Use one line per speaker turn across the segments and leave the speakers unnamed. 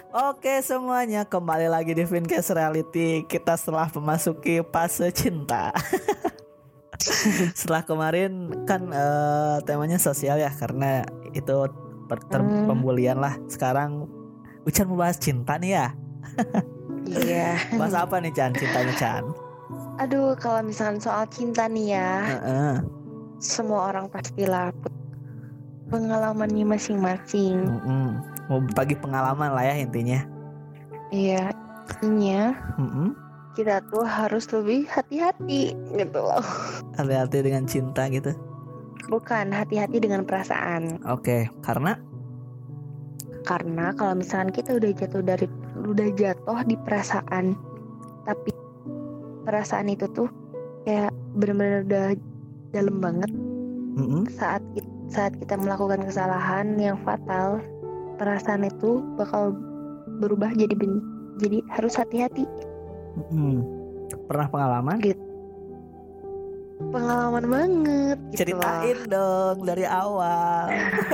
Oke semuanya, kembali lagi di Vincast Reality. Kita setelah memasuki fase cinta. Setelah kemarin kan temanya sosial ya, karena itu pembulian lah. Sekarang Ucan mau bahas cinta nih ya.
Iya.
Bahas apa nih Chan? Cintanya Chan.
Aduh, kalau misalnya soal cinta nih ya, semua orang pastilah pengalamannya masing-masing.
Mau bagi pengalaman lah ya intinya.
Iya, intinya kita tuh harus lebih hati-hati gitu loh.
Hati-hati dengan cinta gitu.
Bukan, hati-hati dengan perasaan.
Oke, karena
kalau misalkan kita udah jatuh di perasaan, tapi perasaan itu tuh kayak benar-benar udah dalam banget. Saat kita melakukan kesalahan yang fatal, perasaan itu bakal berubah jadi harus hati-hati.
Pernah pengalaman?
Gitu. Pengalaman banget gitu.
Ceritain dong dari awal.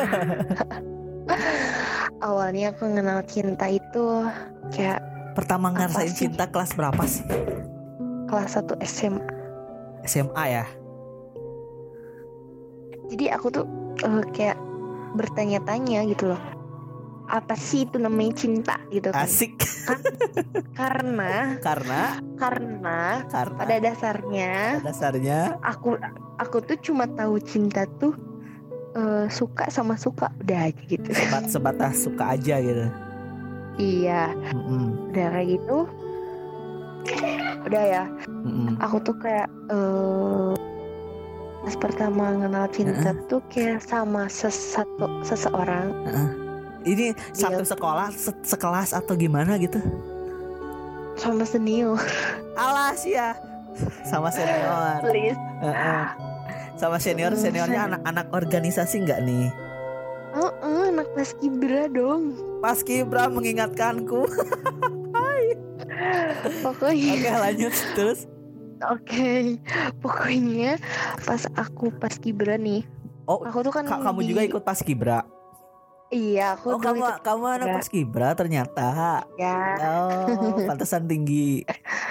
Awalnya aku kenal cinta itu kayak
pertama ngerasain cinta kelas berapa sih?
Kelas 1 SMA.
SMA ya?
Jadi aku tuh kayak bertanya-tanya gitu loh, apa sih itu namanya cinta gitu kan?
Asik.
Karena pada dasarnya aku tuh cuma tahu cinta tuh suka sama suka udah aja gitu.
Sebatas suka aja gitu.
Iya. Udah kayak gitu. Udah ya. Aku tuh kayak pas pertama kenal cinta tuh kayak sama seseorang.
Ini satu sekolah, sekelas atau gimana gitu?
Sama senior.
Alas ya. Sama senior.
Please.
Sama seniornya anak organisasi nggak nih?
Anak paskibra dong.
Paskibra mengingatkanku.
Pokoknya.
Oke, lanjut terus.
Oke. Pokoknya pas aku paskibra nih.
Oh,
aku tuh kan
kamu juga ikut paskibra?
Iya, aku.
Oh, kamu anak paskibra ternyata.
Ya.
Oh, pantesan tinggi.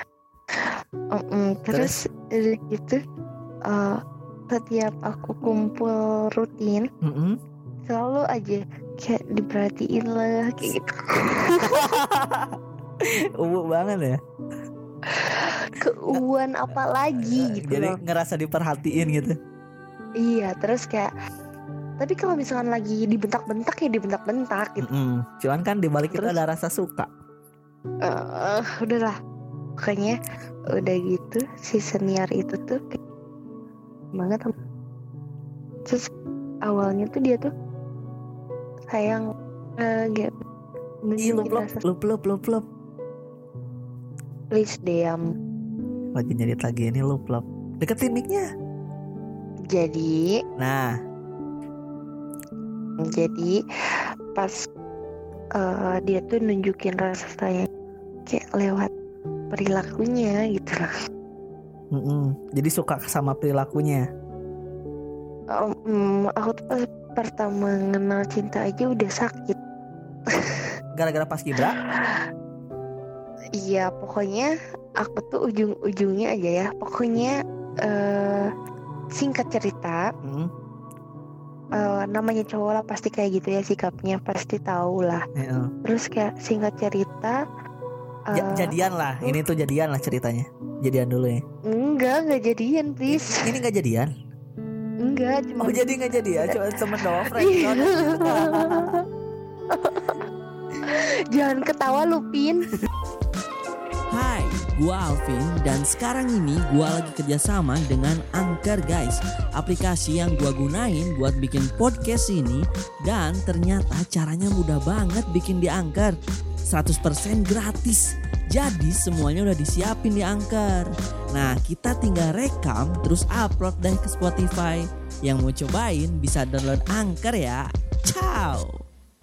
Terus dari gitu, setiap aku kumpul rutin, selalu aja kayak diperhatiin lah kayak gitu.
Uwu banget ya.
Keuuan apa lagi gitu.
Jadi
loh.
ngerasa diperhatiin gitu.
Iya, terus kayak tapi kalau misalkan lagi dibentak-bentak ya dibentak-bentak gitu.
Cuman kan dibalik itu ada rasa suka.
Udahlah. Pokoknya udah gitu si senior itu tuh banget. Terus awalnya tuh dia tuh sayang
Lup.
Please diam.
Lagi nyedit lagi ini lup. Deketin mic-nya.
Jadi pas dia tuh nunjukin rasa sayang kayak lewat perilakunya gitu lah.
Jadi suka sama perilakunya.
Aku tuh pas pertama kenal cinta aja udah sakit.
Gara-gara paskibra?
Iya, pokoknya aku tuh ujung-ujungnya aja ya. Pokoknya singkat cerita, namanya cowok lah pasti kayak gitu ya sikapnya, pasti tahu lah. Terus kayak singkat cerita,
jadian lah. Ini tuh jadian lah ceritanya. Jadian dulu ya?
Enggak jadian please.
Ini nggak jadian?
Enggak, cuma.
Oh, jadi nggak jadian, cuma temen doang, friend.
Jangan ketawa Lupin.
Hai, gua Alvin dan sekarang ini gua lagi kerjasama dengan Anchor guys. Aplikasi yang gua gunain buat bikin podcast ini, dan ternyata caranya mudah banget bikin di Anchor. 100% gratis. Jadi semuanya udah disiapin di Anchor. Nah, kita tinggal rekam terus upload deh ke Spotify. Yang mau cobain bisa download Anchor ya. Ciao.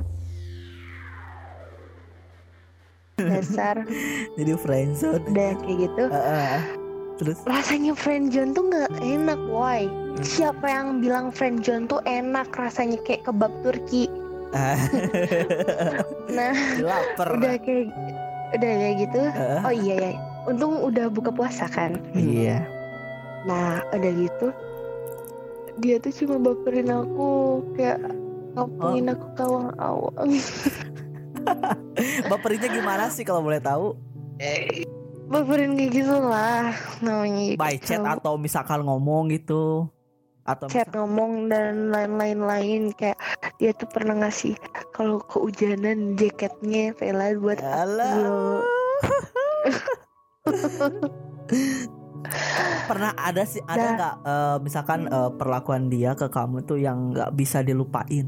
Dasar.
Jadi friendzone.
Udah kayak gitu.
Terus
rasanya friendzone tuh nggak enak, why? Siapa yang bilang friendzone tuh enak? Rasanya kayak kebab Turki. Nah,
Laper.
udah kayak gitu. Oh iya ya, untung udah buka puasa kan.
Iya.
Nah udah gitu dia tuh cuma baperin aku, kayak ngomongin aku kawang-awang.
Baperinnya gimana sih kalau boleh tahu?
Baperin kayak gitu lah namanya.
By chat atau misalkan ngomong gitu? Atau
chat, ngomong dan lain-lain. Kayak dia tuh pernah ngasih kalau kehujanan jaketnya Vela buat aku.
Pernah ada nggak misalkan perlakuan dia ke kamu tuh yang nggak bisa dilupain?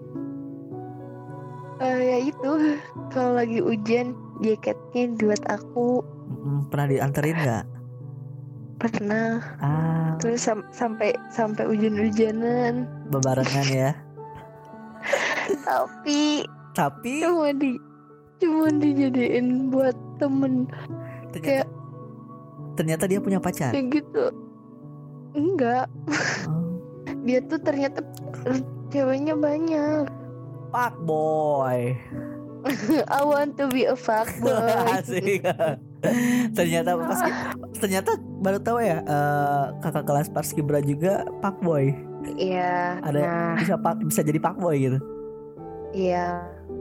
Ya itu kalau lagi hujan jaketnya buat aku.
Pernah dianterin nggak?
Pernah. Terus sampai hujan-hujanan
bebarengan ya.
tapi cuma dijadiin buat temen.
Ternyata dia punya pacar.
Kayak gitu. Enggak. Dia tuh ternyata ceweknya banyak.
Fuckboy.
I want to be a fuckboy.
Asik. Ternyata baru tahu ya, kakak kelas Paskibra juga fuckboy.
Iya.
Ada bisa jadi fuckboy gitu.
Iya.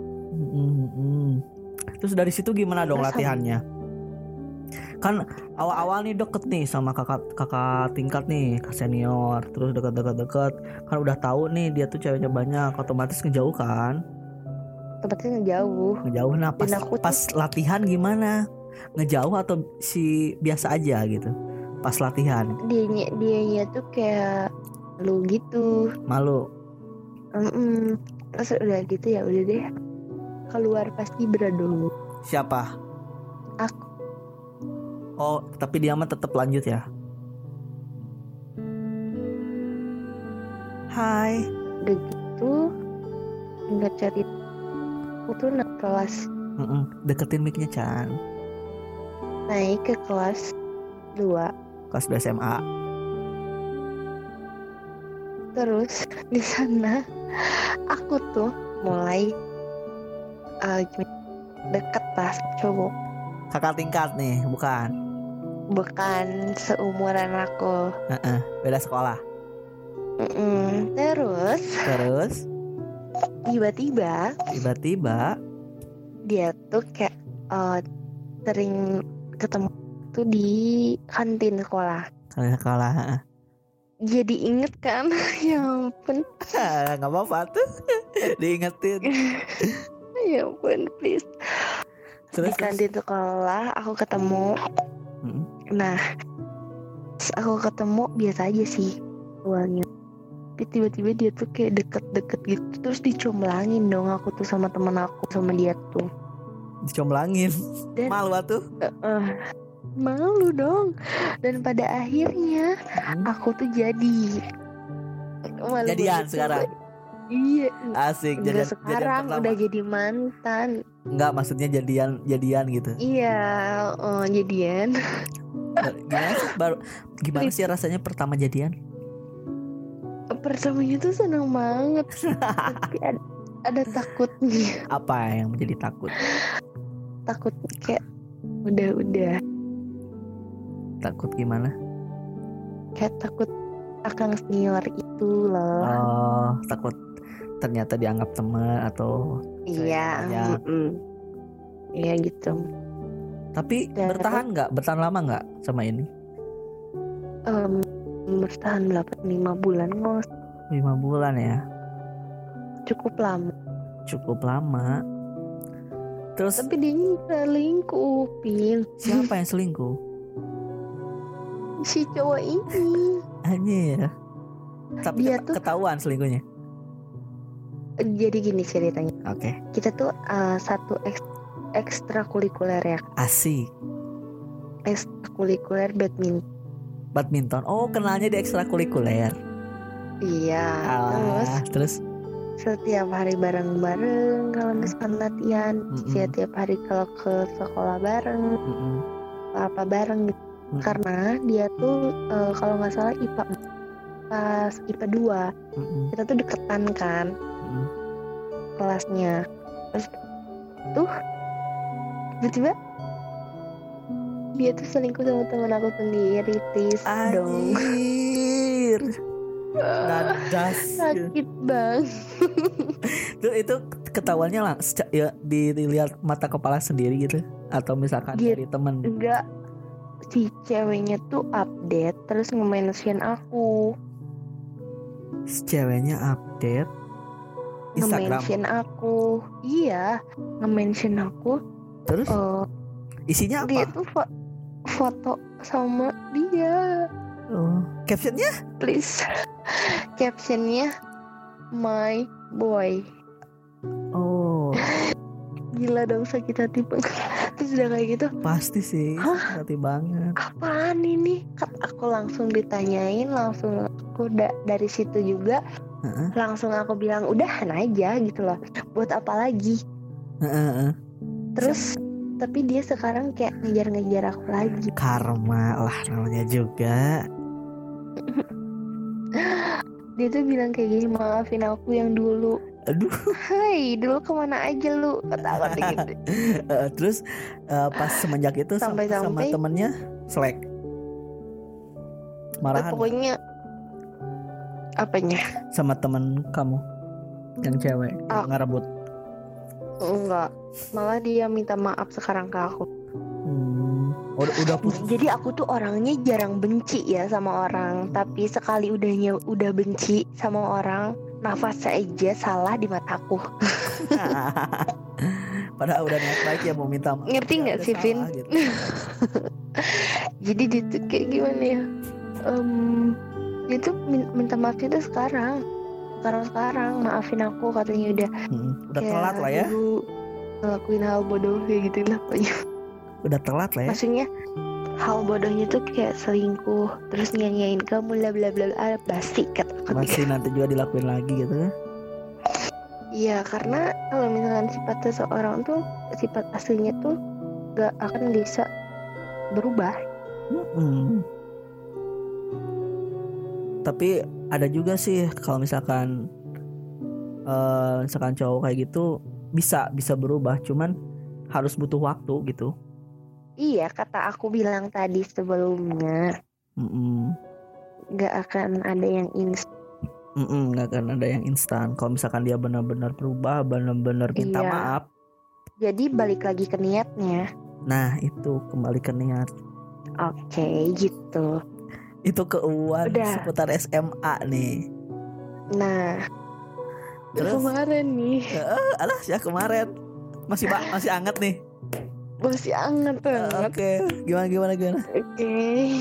Terus dari situ gimana dong latihannya? Kan awal-awal nih deket nih sama kakak tingkat nih, kakak senior, terus deket kan udah tahu nih dia tuh ceweknya banyak, otomatis ngejauh kan?
Otomatis ngejauh.
Nah pas latihan gimana? Ngejauh atau biasa aja gitu pas latihan?
Dianya tuh kayak malu gitu.
Malu.
Terus udah gitu ya udah deh, keluar pasti dulu.
Siapa?
Aku.
Oh, tapi dia mah tetap lanjut ya. Hai.
Udah gitu nggak cari. Aku tuh naik kelas.
Deketin mic-nya Chan.
Naik ke kelas 2.
Kelas 2 SMA.
Terus di sana aku tuh mulai deket pas cowok.
Kakak tingkat nih, bukan?
Bukan, seumuran aku.
Beda sekolah. Terus tiba-tiba dia tuh kayak sering ketemu tuh di kantin sekolah. Jadi inget kan? Ya ampun. Nggak apa-apa tuh diingetin.
Ya ampun, please. Di kantin sekolah aku ketemu. Nah, aku ketemu biasa aja sih awalnya. Tapi tiba-tiba dia tuh kayak deket-deket gitu. Terus dicomblangin dong aku tuh sama temen aku, sama dia tuh.
Dicomblangin? Malu tuh?
Malu dong. Dan pada akhirnya aku tuh jadian
sekarang.
Iya.
Asik.
Enggak sekarang udah jadi mantan.
Enggak, maksudnya jadian gitu.
Iya, jadian.
Gimana sih rasanya pertama jadian?
Pertamanya tuh seneng banget. Tapi ada takutnya.
Apa yang menjadi takut?
Takut kayak udah.
Takut gimana?
Kayak takut akang senior itu loh.
Oh, takut ternyata dianggap teman atau
iya. Iya gitu.
Tapi bertahan lama nggak sama ini?
Bertahan 5 bulan ngos.
5 bulan ya?
Cukup lama.
Terus
tapi dia selingkuh, Pin.
Siapa yang selingkuh?
Si cowok ini.
Anjir. Tapi dia tuh ketahuan selingkuhnya.
Jadi gini ceritanya.
Oke.
Kita tuh satu ekstrakurikuler ya.
Asik.
Ekstrakurikuler badminton.
Oh, kenalnya di ekstrakurikuler.
Iya.
Terus
setiap hari bareng-bareng kalau misalkan latihan. Setiap hari kalau ke sekolah bareng. Apa bareng gitu. Karena dia tuh kalau nggak salah IPA 2. Kita tuh deketan kan. kelasnya. Terus tuh tiba-tiba dia tuh selingkuh sama teman aku sendiri. Please dong.
Anjir. Nadas.
Sakit banget.
Itu ketahuannya lah ya, dilihat mata kepala sendiri gitu atau misalkan
Dia-
dari teman.
Enggak, si ceweknya tuh update terus nge-mention aku.
Si ceweknya update Instagram.
Nge-mention aku. Iya, nge-mention aku.
Terus isinya
Dia
apa?
tuh foto sama dia.
Captionnya?
Please. Captionnya my boy.
Oh,
Gila dong, sakit hati banget. Terus udah kayak gitu,
pasti sih.
Hah?
Hati banget.
apaan ini? Aku langsung ditanyain, langsung aku dari situ juga
Heeh.
langsung aku bilang udahan aja gitu loh. Buat apa lagi?
Heeh.
Terus tapi dia sekarang kayak ngejar-ngejar aku lagi.
Karma lah namanya juga.
Dia tuh bilang kayak gini, maafin aku yang dulu.
Aduh.
Hai, dulu kemana aja lu? Kata aku gitu.
Terus pas semenjak itu sama
Sampai-sampai-
temennya selek. Marahan nggak?
Pokoknya apanya?
Sama temen kamu yang cewek ngerebut.
Enggak, malah dia minta maaf sekarang ke aku.
Udah putus.
Jadi aku tuh orangnya jarang benci ya sama orang, tapi sekali udah benci sama orang, nafas aja salah di mataku.
Padahal udah niat baik ya mau minta maaf.
Ngerti nggak
udah
sih, Vin?
salah gitu.
Jadi dia tuh kayak gimana ya? Dia tuh minta maafnya tuh sekarang, maafin aku katanya udah.
Udah telat lah ya.
Dulu ngelakuin hal bodoh kayak gitu lah pokoknya.
Udah telat lah ya.
Maksudnya hal bodohnya tuh kayak selingkuh, terus nyanyain kamu bla bla bla bla, basi kata.
Masih nanti juga dilakuin lagi gitu kan.
Iya, karena kalau misalkan sifat seseorang tuh, sifat aslinya tuh gak akan bisa berubah.
Tapi ada juga sih kalau misalkan cowok kayak gitu bisa berubah, cuman harus butuh waktu gitu.
Iya, kata aku bilang tadi sebelumnya, gak akan ada yang instan.
Gak akan ada yang instan. Kalau misalkan dia benar-benar berubah, benar-benar minta
Iya.
maaf.
Jadi balik lagi ke niatnya.
Nah itu kembali ke niat.
Oke, gitu.
Itu keuangan
Udah.
seputar SMA nih.
Nah,
Terus?
kemarin nih
Alah ya kemarin masih anget nih.
masih anget banget.
Oke, gimana?
Oke.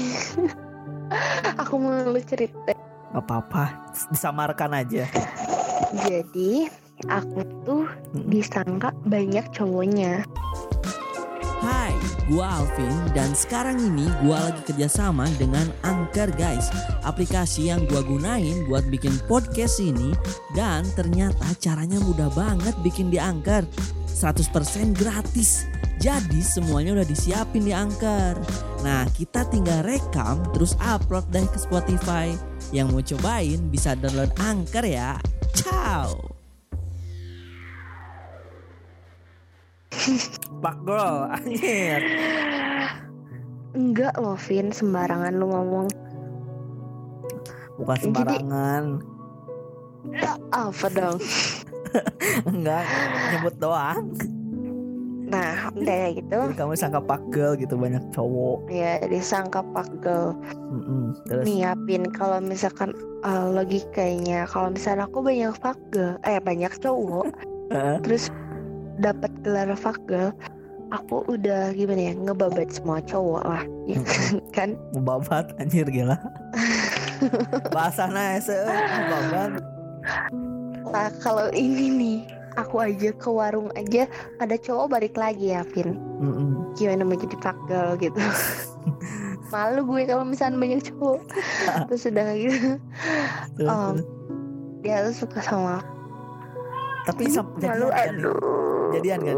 Aku mau cerita.
Gak apa-apa, disamarkan aja.
Jadi aku tuh disangka banyak cowoknya.
Hai, gua Alvin dan sekarang ini gua lagi kerjasama dengan Anchor guys. Aplikasi yang gua gunain buat bikin podcast ini, dan ternyata caranya mudah banget bikin di Anchor. 100% gratis. Jadi semuanya udah disiapin di Anchor. Nah, kita tinggal rekam terus upload deh ke Spotify. Yang mau cobain bisa download Anchor ya. Ciao.
Pak girl, anjir.
Enggak loh, Vin, sembarangan lu ngomong.
Bukan sembarangan.
Apa dong?
Enggak, nyebut doang.
Nah, udah kayak gitu.
Jadi kamu sangka pak girl gitu, banyak cowok.
Ya, disangka pagel.
Terus
Nih ya, Vin, kalau misalkan logikanya, kalau misalkan aku banyak pagel, banyak cowok, terus dapat gelar fagel, aku udah gimana ya, ngebabat semua cowok lah, ya kan?
Membabat anjir gila. Bahasana membabat.
Nah, kalau ini nih, aku aja ke warung aja ada cowok balik lagi ya, Vin. Gimana mau jadi fagel gitu. Malu gue kalau misalnya banyak cowok. Terus udah kayak gitu,
Terus.
dia tuh suka sama aku.
Tapi
Malu,
jadian kan?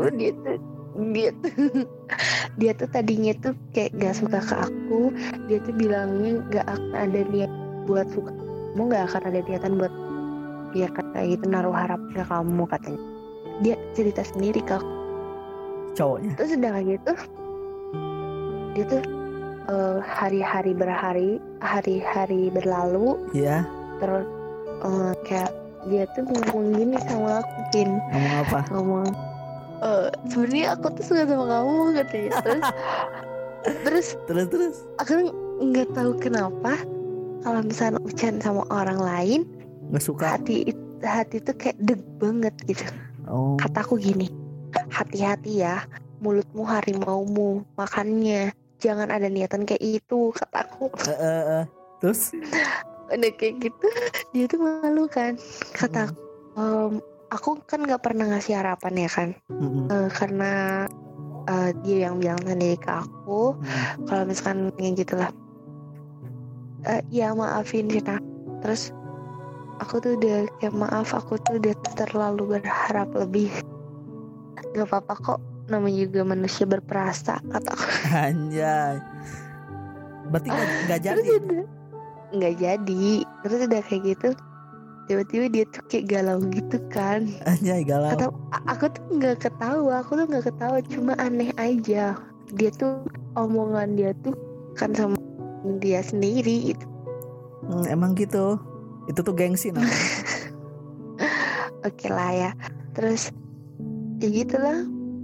Dia tuh tadinya tuh kayak gak suka ke aku. Dia tuh bilangnya gak akan ada niat buat suka kamu, gak akan ada niatan buat dia kata gitu, naruh harap ke kamu katanya. dia cerita sendiri ke aku.
Cowoknya.
Terus udah kayak gitu dia tuh hari-hari berlalu.
Iya.
Terus kayak dia tuh ngomong gini sama aku, Pin.
Ngomong apa?
Ngomong sebenarnya aku tuh suka sama kamu katanya. Terus aku nggak tahu kenapa kalau misalnya ucap sama orang lain
nggak suka,
hati tuh kayak deg banget gitu. Kataku gini, hati-hati ya mulutmu harimaumu, makannya jangan ada niatan kayak itu, kataku.
Terus
udah kayak gitu dia tuh malu kan, kata aku kan nggak pernah ngasih harapan ya kan. Karena dia yang bilang sendiri ke aku kalau misalkan kayak gitulah, ya maafin Cina. Terus aku tuh udah kayak maaf, aku tuh udah terlalu berharap lebih. Gak apa-apa kok, namanya juga manusia berperasa, kataku.
Anjay. Berarti gak jadi?
Gak jadi. Terus udah kayak gitu tiba-tiba dia tuh kayak galau gitu kan.
Anjay, galau.
Aku tuh gak ketawa, cuma aneh aja. Dia tuh omongan dia tuh kan sama dia sendiri gitu.
Emang gitu. Itu tuh gengsi namanya.
Oke lah ya. Terus ya gitulah.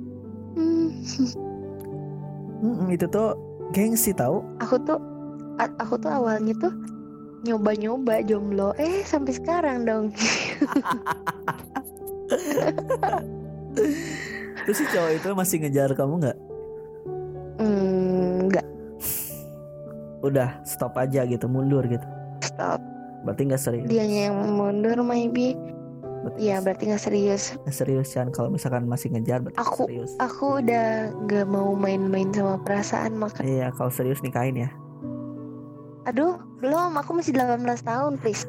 Itu tuh gengsi tahu.
Aku tuh awalnya tuh nyoba jomblo, sampai sekarang dong.
Terus si cowok itu masih ngejar kamu nggak?
Nggak.
Udah stop aja gitu, mundur gitu.
Stop.
Berarti nggak serius.
Dianya yang mundur maybe. Iya, berarti nggak serius.
Nggak serius kan? Kalau misalkan masih ngejar berarti serius.
Aku udah nggak mau main-main sama perasaan, makanya.
Iya, kalau serius nikahin ya.
Aduh, belum. Aku masih 18 tahun, please.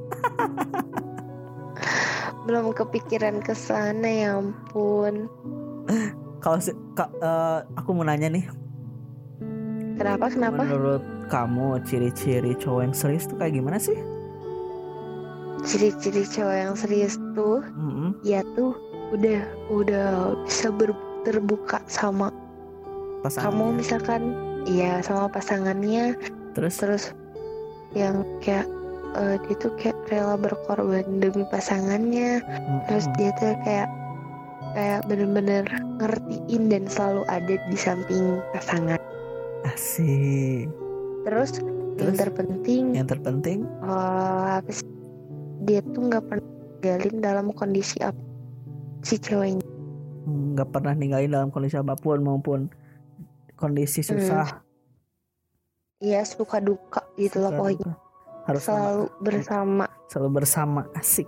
Belum kepikiran ke sana, ya ampun.
Kalau aku mau nanya nih.
Kenapa?
Menurut kamu ciri-ciri cowok yang serius tuh kayak gimana sih?
Ciri-ciri cowok yang serius tuh, ya tuh udah bisa terbuka sama pasangannya. Kamu misalkan, iya sama pasangannya. Terus yang kayak dia tuh kayak rela berkorban demi pasangannya. Terus dia tuh kayak bener-bener ngertiin dan selalu ada di samping pasangan.
Asik.
Terus yang terpenting apa sih? Dia tuh nggak pernah ninggalin dalam kondisi apa si ceweknya.
Nggak pernah ninggalin dalam kondisi apapun maupun kondisi susah.
Iya, suka duka gitu lah pokoknya. Harus selalu bersama.
Asik.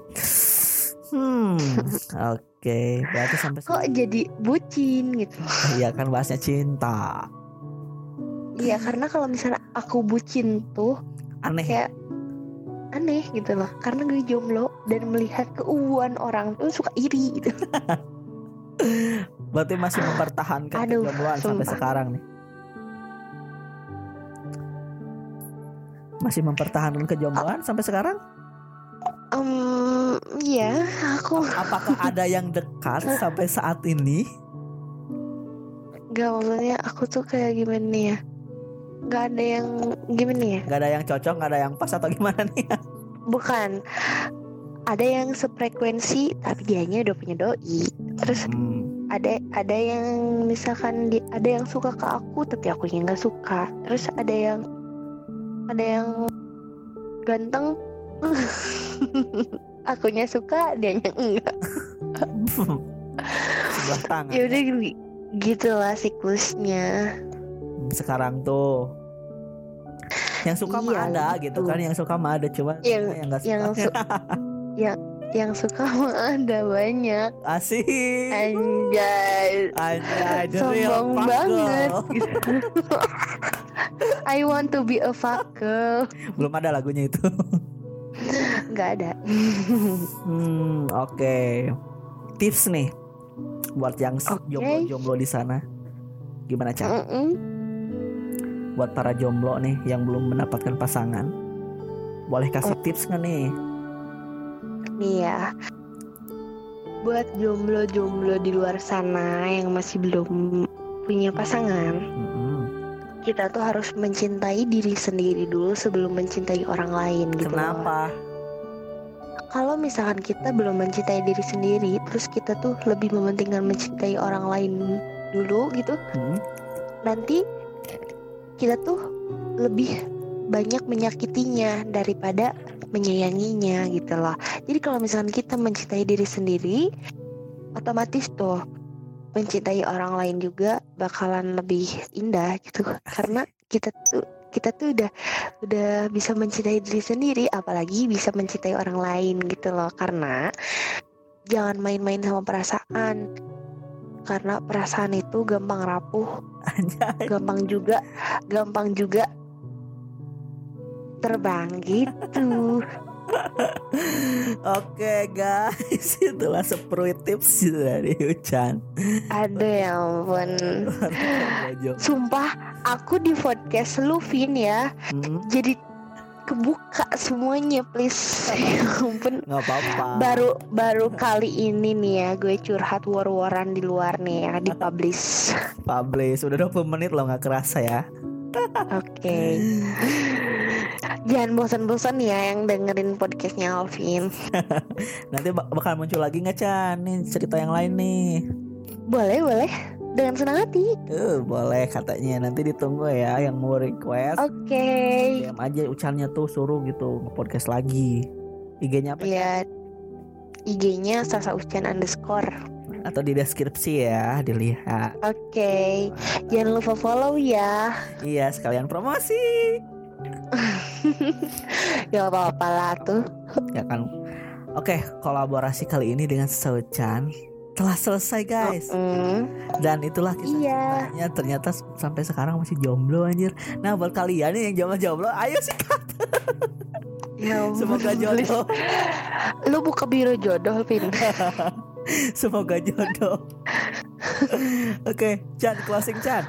Oke. Berarti sampai
kok jadi bucin gitu.
Iya kan bahasnya cinta.
Iya, karena kalau misalnya aku bucin tuh aneh gitu loh. Karena gue jomblo dan melihat keuuan orang tuh suka iri gitu.
Berarti masih mempertahankan kejombloan sampai sekarang nih. Masih mempertahankan kejombloan sampai sekarang?
Iya, aku.
Apakah ada yang dekat sampai saat ini?
Gak, maksudnya aku tuh kayak gimana ya? Gak ada yang gimana ya?
Gak ada yang cocok, gak ada yang pas atau gimana nih?
Bukan. Ada yang sefrekuensi tapi dianya udah punya doi. Terus ada yang misalkan ada yang suka ke aku tapi akunya nggak suka. Terus ada yang ganteng. Akunya suka, dianya enggak.
Sebelah tangan.
Ya udah gitulah siklusnya.
Sekarang tuh yang suka mah ada gitu kan, yang suka mah ada, cuma yang nggak suka. Yang suka mah ada banyak.
Asik.
Anjay,
sombong banget. I want to be a fucker.
Belum ada lagunya itu.
Nggak ada.
Oke. Tips nih buat yang jomblo di sana. Gimana cara? Buat para jomblo nih yang belum mendapatkan pasangan, boleh kasih tips nggak nih?
Nih ya, buat jomblo-jomblo di luar sana yang masih belum punya pasangan, kita tuh harus mencintai diri sendiri dulu sebelum mencintai orang lain gitu.
Kenapa?
Kalau misalkan kita belum mencintai diri sendiri, terus kita tuh lebih mementingkan mencintai orang lain dulu gitu, nanti kita tuh lebih banyak menyakitinya daripada menyayanginya gitu loh. Jadi kalau misalkan kita mencintai diri sendiri, otomatis tuh mencintai orang lain juga bakalan lebih indah gitu. Karena kita tuh udah bisa mencintai diri sendiri, apalagi bisa mencintai orang lain gitu loh. Karena jangan main-main sama perasaan. Karena perasaan itu gampang rapuh, gampang juga terbang gitu.
Oke guys, itulah 10 tips dari Ucan.
Ada ya ampun. Sumpah aku di podcast lu Vin ya, jadi kebuka semuanya please. Ya ampun.
Nggak apa-apa.
Baru kali ini nih ya gue curhat war-waran di luar nih ya, dipublish.
Udah 20 menit loh, nggak kerasa ya.
Oke. Jangan bosan-bosan ya yang dengerin podcastnya Alvin.
Nanti bakal muncul lagi nggak Chan? Nih cerita yang lain nih.
Boleh. Dengan senang hati.
Boleh katanya. Nanti ditunggu ya yang mau request.
Oke.
DM aja Ucannya tuh suruh gitu podcast lagi. IG-nya apa?
Iya. IG-nya @sasa_ucan_
atau di deskripsi ya, dilihat.
Oke. Jangan lupa follow ya.
Iya, sekalian promosi.
Gak apa-apa lah tuh.
Ya kan. Oke, kolaborasi kali ini dengan Sasa_ucan telah selesai guys. Dan itulah kisah cintanya. Ternyata sampai sekarang masih jomblo anjir. Nah buat kalian nih yang jomblo, ayo sikat.
Ya,
semoga jodoh.
Lu buka biro jodoh Vin.
Semoga jodoh. Oke, Chan, closing Chan.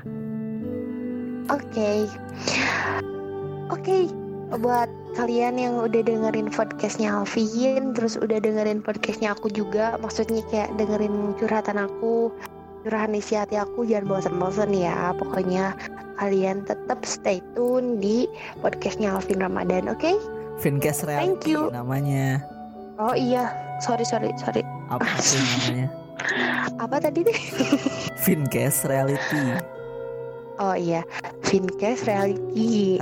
Oke. Buat kalian yang udah dengerin podcastnya Alvin, terus udah dengerin podcastnya aku juga, maksudnya kayak dengerin curhatan aku, curahan isi hati aku, jangan bosan-bosan ya. Pokoknya kalian tetap stay tune di podcastnya Alvin Ramadan, oke? Fincast Reality namanya.
Oh iya, sorry.
Apa sih namanya?
Apa tadi deh?
Fincast Reality.
Oh iya, Fincast Reality.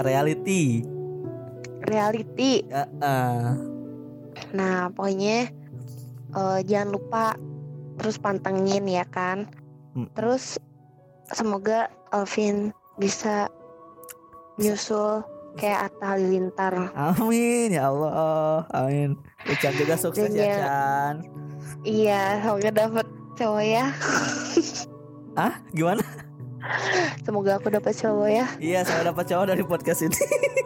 Nah pokoknya jangan lupa terus pantengin ya kan. Terus semoga Alvin bisa nyusul kayak Atta Halilintar.
Amin ya Allah, amin. Ucan juga sukses ya Chan.
Iya, semoga dapet cowok ya.
Gimana?
Semoga aku dapat cowok ya.
Iya, saya dapat cowok dari podcast ini.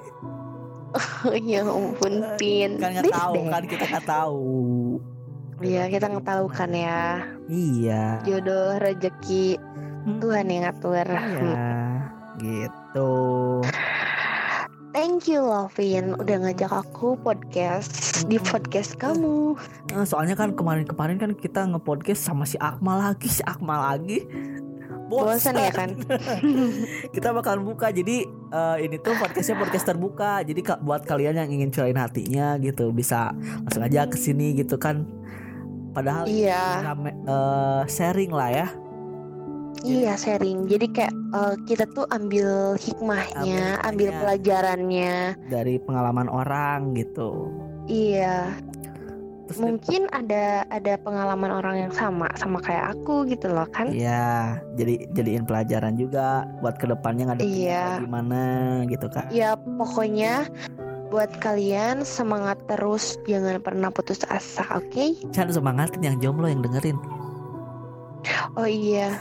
Ya ampun Pin.
Kan nggak tahu kan, kita nggak tahu.
Iya, kita nggak tahu kan ya.
Iya.
Jodoh rezeki Tuhan yang ngatur.
Iya, gitu.
Thank you Lovin udah ngajak aku podcast di podcast kamu.
Soalnya kan kemarin kan kita nge-podcast sama si Akmal lagi.
Bosan ya kan.
Kita bakal buka. Jadi ini tuh podcastnya podcast terbuka. Jadi buat kalian yang ingin curahin hatinya gitu, bisa langsung aja kesini gitu kan. Padahal sharing lah ya.
Iya sharing. Jadi kayak kita tuh ambil hikmahnya, ambil pelajarannya
dari pengalaman orang gitu.
Iya. Terus mungkin ada pengalaman orang yang sama kayak aku gitu loh kan.
Iya. Jadiin pelajaran juga buat kedepannya ngadepin gimana gitu kan.
Iya pokoknya buat kalian semangat terus, jangan pernah putus asa, oke?
Jangan semangatin yang jomblo yang dengerin.
Oh iya.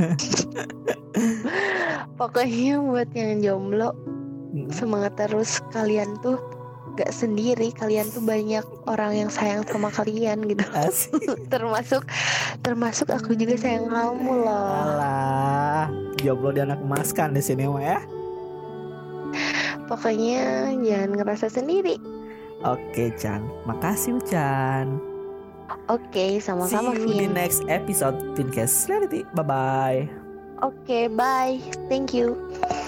Pokoknya buat yang jomblo semangat terus, kalian tuh gak sendiri, kalian tuh banyak orang yang sayang sama kalian gitu. termasuk aku juga sayang kamu loh.
Alah, jomblo di anak emas kan di sini mah ya.
Pokoknya jangan ngerasa sendiri.
Oke Chan, makasih Chan.
Oke, sama-sama
See you di
Vin.
next episode Fincast Reality. Bye bye.
Oke, bye. Thank you.